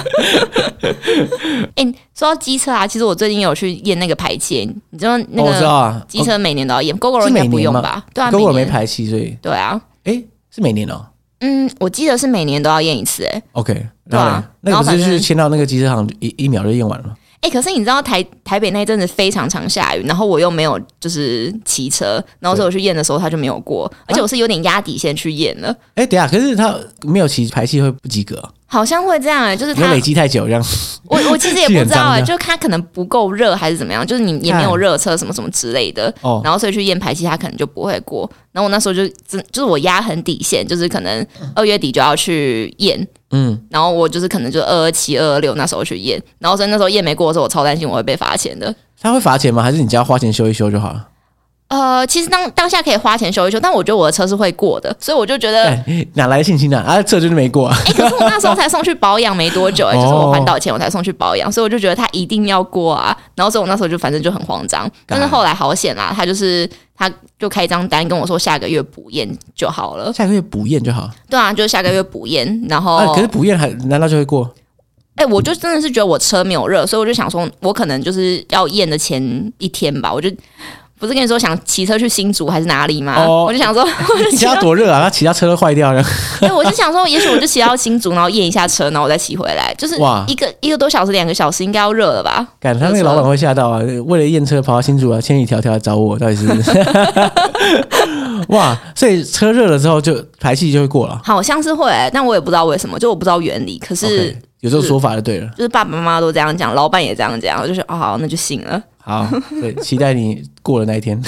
说到机车啊，其实我最近有去验那个排气，你知道那个机车每年都要验，GoGo 应该不用吧？对啊 ，GoGo没排气，所以对啊， 是每年哦。 我记得是每年都要验一次 OK， 对啊，那个不是去签到那个机车行一秒就验完了吗？ 可是你知道台北那一阵子非常常下雨，然后我又没有就是骑车，然后所以我去验的时候它就没有过，而且我是有点压底线去验了。 等一下，可是他没有骑排气会不及格？ 好像会这样就是它累积太久这样。 我其实也不知道就它可能不够热还是怎么样，就是你也没有热车什么什么之类的，然后所以去验排气它可能就不会过。然后我那时候就是我压很底线，就是可能2月底就要去验，然后我就是可能就227、226那时候去验，然后所以那时候验没过的时候，我超担心我会被罚钱的。 他会罚钱吗？还是你只要花钱修一修就好了？ 其实当下可以花钱修一修，但我觉得我的车是会过的，所以我就觉得哪来的信心啊？车就是没过啊！ 可是我那时候才送去保养没多久就是我环岛前我才送去保养，所以我就觉得他一定要过啊。然后所以我那时候就反正就很慌张，但是后来好险啦，他就开一张单跟我说下个月补验就好了。 下个月补验就好？对啊，就是下个月补验，然后可是补验难道就会过？ 我就真的是觉得我车没有热，所以我就想说，我可能就是要验的前1天吧，我就。不是跟你说想骑车去新竹还是哪里吗？我就想说， 你骑到多热啊？他骑到车都坏掉了。 我就想说，也许我就骑到新竹，然后验一下车，然后我再骑回来，就是一个多小时、2个小时应该要热了吧？ 他那个老板会吓到啊！为了验车跑到新竹啊，千里迢迢来找我，到底是？哇！所以车热了之后就排气就会过了， 好像是会但我也不知道为什么，就我不知道原理。可是有这种说法就对了， 就是爸爸妈妈都这样讲，老板也这样讲，我就说哦好，那就信了。 好，对，期待你过了那一天。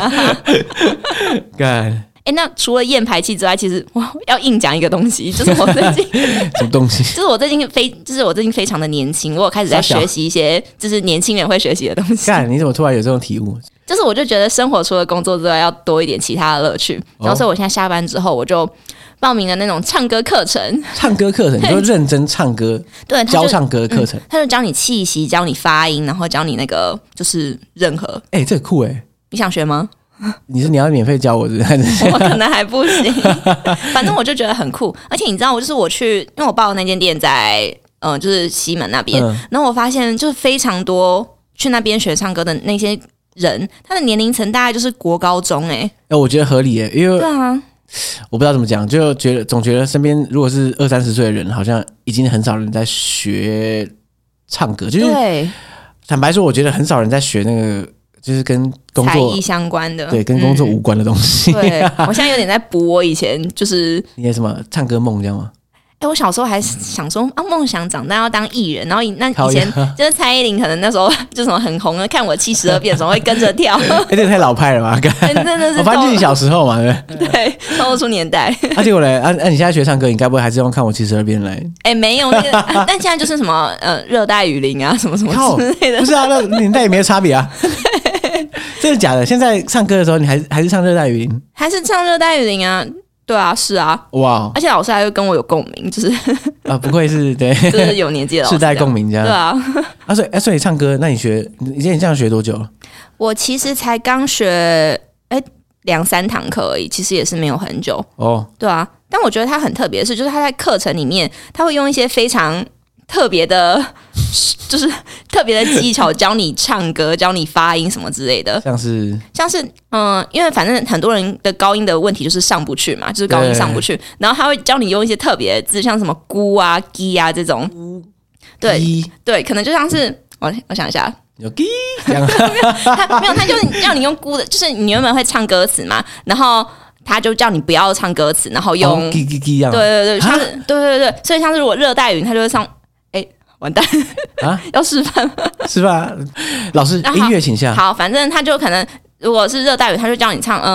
干。 那除了验排气之外，其实我要硬讲一个东西，就是我最近什么东西？ 就是我最近非常的年轻，我有开始在学习一些就是年轻人会学习的东西。 干，你怎么突然有这种体悟？ 就是我就觉得生活除了工作之外，要多一点其他的乐趣。然后所以我现在下班之后，我就报名了那种唱歌课程。 唱歌课程，你说认真唱歌， 对， 教唱歌的课程， 他就教你气息，教你发音，然后教你那个就是任何。 这个酷你想学吗？ 你要免费教我是不是？ 我可能还不行，反正我就觉得很酷。而且你知道，我去，因为我报的那间店在就是西门那边，然后我发现就是非常多去那边学唱歌的那些人，他的年龄层大概就是国高中我觉得合理因为对啊， 我不知道怎么讲，就总觉得身边如果是20-30岁的人，好像已经很少人在学唱歌，就是对， 坦白说，我觉得很少人在学那个。就是跟工作才艺相关的， 对，跟工作无关的东西。 对，我现在有点在补我以前就是你有什么唱歌梦这样吗？ 我小时候还想说梦想长大要当艺人，然后那以前就是蔡依林，可能那时候就什么很红的，看我72变，总会跟着跳。 这个太老派了吧？ 真的是， 我发现你小时候嘛， 对，透露出年代。 结果嘞，你现在学唱歌，你该不会还是用看我72变来？ 没有那个，但现在就是什么热带雨林啊，什么什么之类的。 不是啊，那年代也没有差别啊。真的假的？现在唱歌的时候，你还是唱热带雨林？还是唱热带雨林啊？对啊，是啊，哇！而且老师还会跟我有共鸣，就是不愧是对，就是有年纪的老师，世代共鸣这样。对啊，所以唱歌，那你这样学多久？我其实才刚学2-3堂课而已，其实也是没有很久哦。对啊，但我觉得他很特别的是，就是他在课程里面，他会用一些非常特别的，就是特别的技巧教你唱歌，教你发音什么之类的，像是因为反正很多人的高音的问题就是上不去嘛，就是高音上不去，然后他会教你用一些特别的字，像什么咕啊、gi啊这种，对，可能就像是我想一下。有鸡，没有，他就叫你用咕的，就是你原本会唱歌词嘛，然后他就叫你不要唱歌词，然后用叽叽叽样，对，像是对，所以像是如果热带雨，他就会唱，完蛋啊，要示范吗？示范，老师音乐请下。好，反正他就可能如果是热带雨，他就叫你唱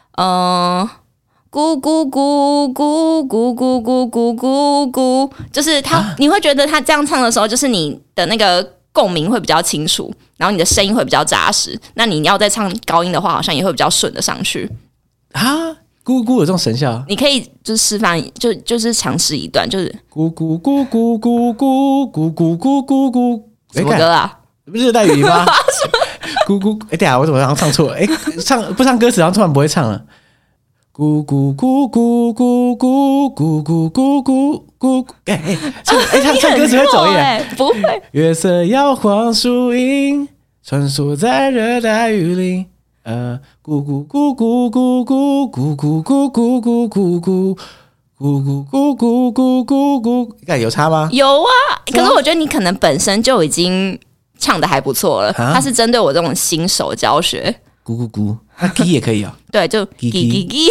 咕咕咕咕咕咕咕咕咕咕，就是他，你会觉得他这样唱的时候，就是你的那个共鸣会比较清楚，然后你的声音会比较扎实。那你要再唱高音的话，好像也会比较顺的上去啊。咕咕有这种神效，你可以就是示范，就是尝试一段，就是咕咕咕咕咕咕咕咕咕咕咕，什么歌啊？不是热带雨林吗？咕咕，等一下我怎么好像唱错了？不唱歌词，然后突然不会唱了。咕咕咕咕咕咕咕咕咕咕咕，唱歌词会走音，不会。月色摇晃树影，穿梭在热带雨林。咕咕咕咕咕咕咕咕咕咕咕咕咕咕咕咕咕咕咕，有差吗？有啊，可是我觉得你可能本身就已经唱得还不错了。它是针对我这种新手教学。咕咕咕，那 G 也可以啊。对，就 G G G，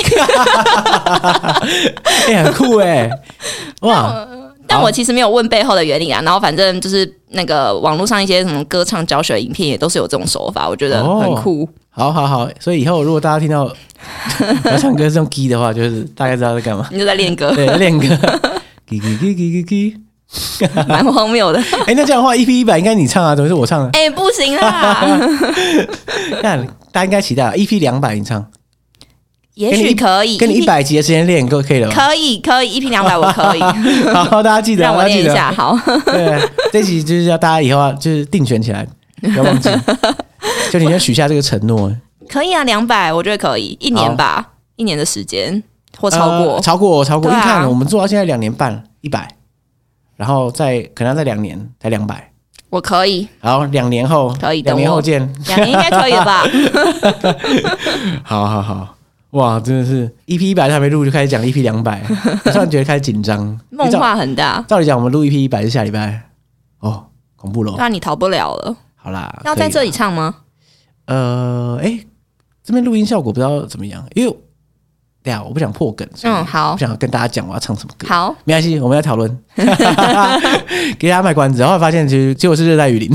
很酷哇！但我其实没有问背后的原理啊，然后反正就是那个网络上一些什么歌唱教学影片也都是有这种手法，我觉得很酷。好，所以以后如果大家听到要唱歌是用 G 的话，就是大概知道在干嘛。你就在练歌，对，练歌。G G G G G G， 蛮荒谬的。那这样的话 EP100 应该你唱啊，怎么是我唱的？不行啦。那大家应该期待EP200 你唱。也许可以，跟你100集的时间练可以了吧？可以，EP200我可以。好，大家记得，让我练一下。好，对，这集就是要大家以后就是定选起来，不要忘记。就你要许下这个承诺。可以啊，200我觉得可以，1年吧，1年的时间或超过，超过。你看，我们做到现在2年半，100，然后可能要再2年才200。我可以。好，2年后可以，2年后见。2年应该可以了吧？好。哇，真的是 EP100 还没录就开始讲 EP200， 我突然觉得开始紧张，梦话很大。照理讲，我们录 EP100是下礼拜，恐怖了。那你逃不了了。好啦，要在这里唱吗？这边录音效果不知道怎么样，因为对啊，我不想破梗， 好， 不想跟大家讲我要唱什么歌。 好， 没关系，我们来讨论，给大家卖关子。然后发现结果是热带雨林，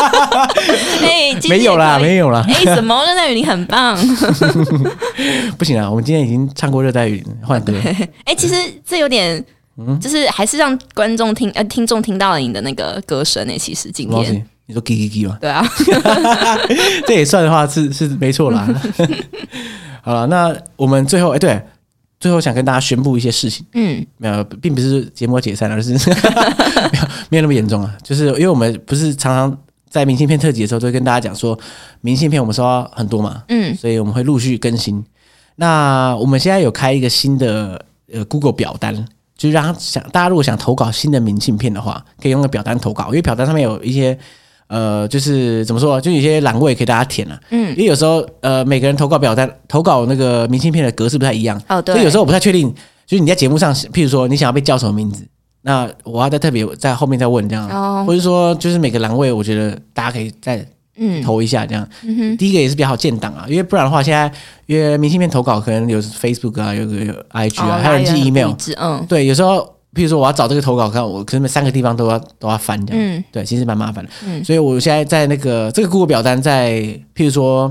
没有啦，没有啦。 什么热带雨林很棒？ 不行啊，我们今天已经唱过热带雨林，换歌。 其实这有点，就是还是让观众听众听到了你的那个歌声其实今天你说 “gi 吗？对啊， 这也算的话是没错啦。好了，那我们最后对，最后想跟大家宣布一些事情。没有，并不是节目解散，而是没有那么严重啊。就是因为我们不是常常在明信片特辑的时候，都会跟大家讲说，明信片我们收到很多嘛，所以我们会陆续更新。那我们现在有开一个新的Google 表单，就是让大家如果想投稿新的明信片的话，可以用个表单投稿，因为表单上面有一些。就是怎么说，就有些栏位可以大家填啊。因为有时候每个人投稿表单、投稿那个明信片的格式不太一样。对。所以有时候我不太确定，就是你在节目上，譬如说你想要被叫什么名字，那我要再特别在后面再问这样。或者说就是每个栏位，我觉得大家可以再投一下这样。第一个也是比较好建档啊，因为不然的话，现在因为明信片投稿可能有 Facebook 啊，有 IG 啊，还有人寄 email。对，有时候。譬如说我要找这个投稿，看我可能3个地方都要翻这样，对，其实蛮麻烦的。所以我现在在这个 Google 表单，在譬如说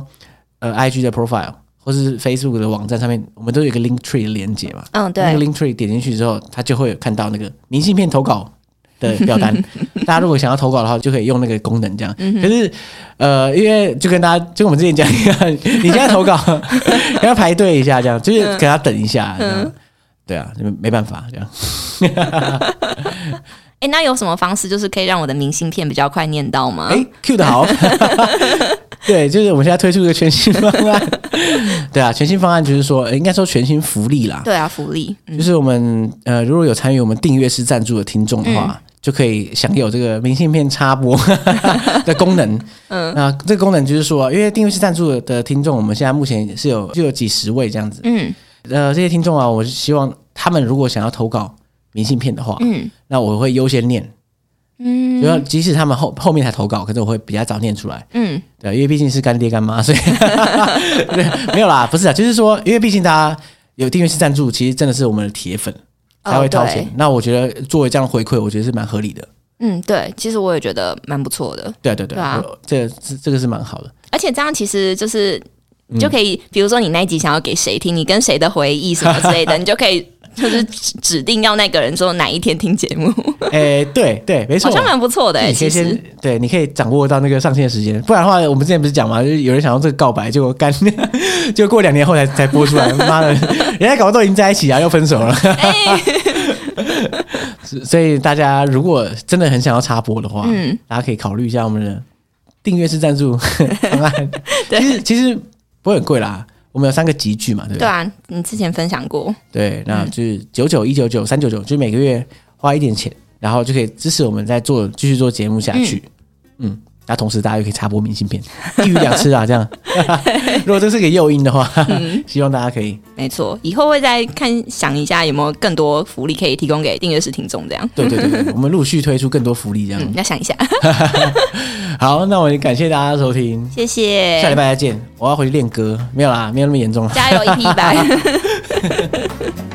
IG 的 profile 或是 Facebook 的网站上面，我们都有一个 link tree 的连结嘛。对，那个 link tree 点进去之后，它就会有看到那个明信片投稿的表单。大家如果想要投稿的话，就可以用那个功能这样。可是因为就跟我们之前讲一样，你现在投稿要排队一下，这样就是给他等一下这样。对啊，没办法这样。 那有什么方式就是可以让我的明信片比较快念到吗 ？Q 的好。对，就是我们现在推出一个全新方案。对啊，全新方案就是说，应该说全新福利啦。 对啊，福利就是我们如果有参与我们订阅式赞助的听众的话，就可以享有这个明信片插播的功能。那这个功能就是说，因为订阅式赞助的听众，我们现在目前就有几十位这样子。这些听众啊，我希望他们如果想要投稿明信片的话，那我会优先念。就即使他们后面才投稿，可是我会比较早念出来。对，因为毕竟是干爹干妈，所以对，没有啦，不是啊，就是说，因为毕竟大家有订阅式赞助，其实真的是我们的铁粉才会掏钱。那我觉得作为这样的回馈，我觉得是蛮合理的。 对，其实我也觉得蛮不错的。 对，这个是蛮好的。 而且这样其实就是。你就可以，比如说你那一集想要给谁听，你跟谁的回忆什么之类的，你就可以就是指定要那个人说哪一天听节目。 对，没错， 好像蛮不错的。 你可以先对，你可以掌握到那个上线时间，不然的话，我们之前不是讲嘛，就是有人想用这个告白，结果就过2年后才播出来，妈的，人家搞不都已经在一起啊，又分手了。所以大家如果真的很想要插播的话，大家可以考虑一下我们的订阅式赞助方案。其实。不会很贵啦，我们有3个集聚嘛，对不对？ 对啊，你之前分享过。 对，那就是99、199、399，就是每个月花一点钱，然后就可以支持我们继续做节目下去。那同时大家又可以插播明信片，一鱼2吃啊，这样。如果这是个诱因的话，希望大家可以。 没错，以后会再想一下有没有更多福利可以提供给订阅式听众，这样。 对，我们陆续推出更多福利，这样。 要想一下。 好，那我也感谢大家的收听， 谢谢。 下礼拜再见，我要回去练歌，没有啦，没有那么严重了。 加油，EP100。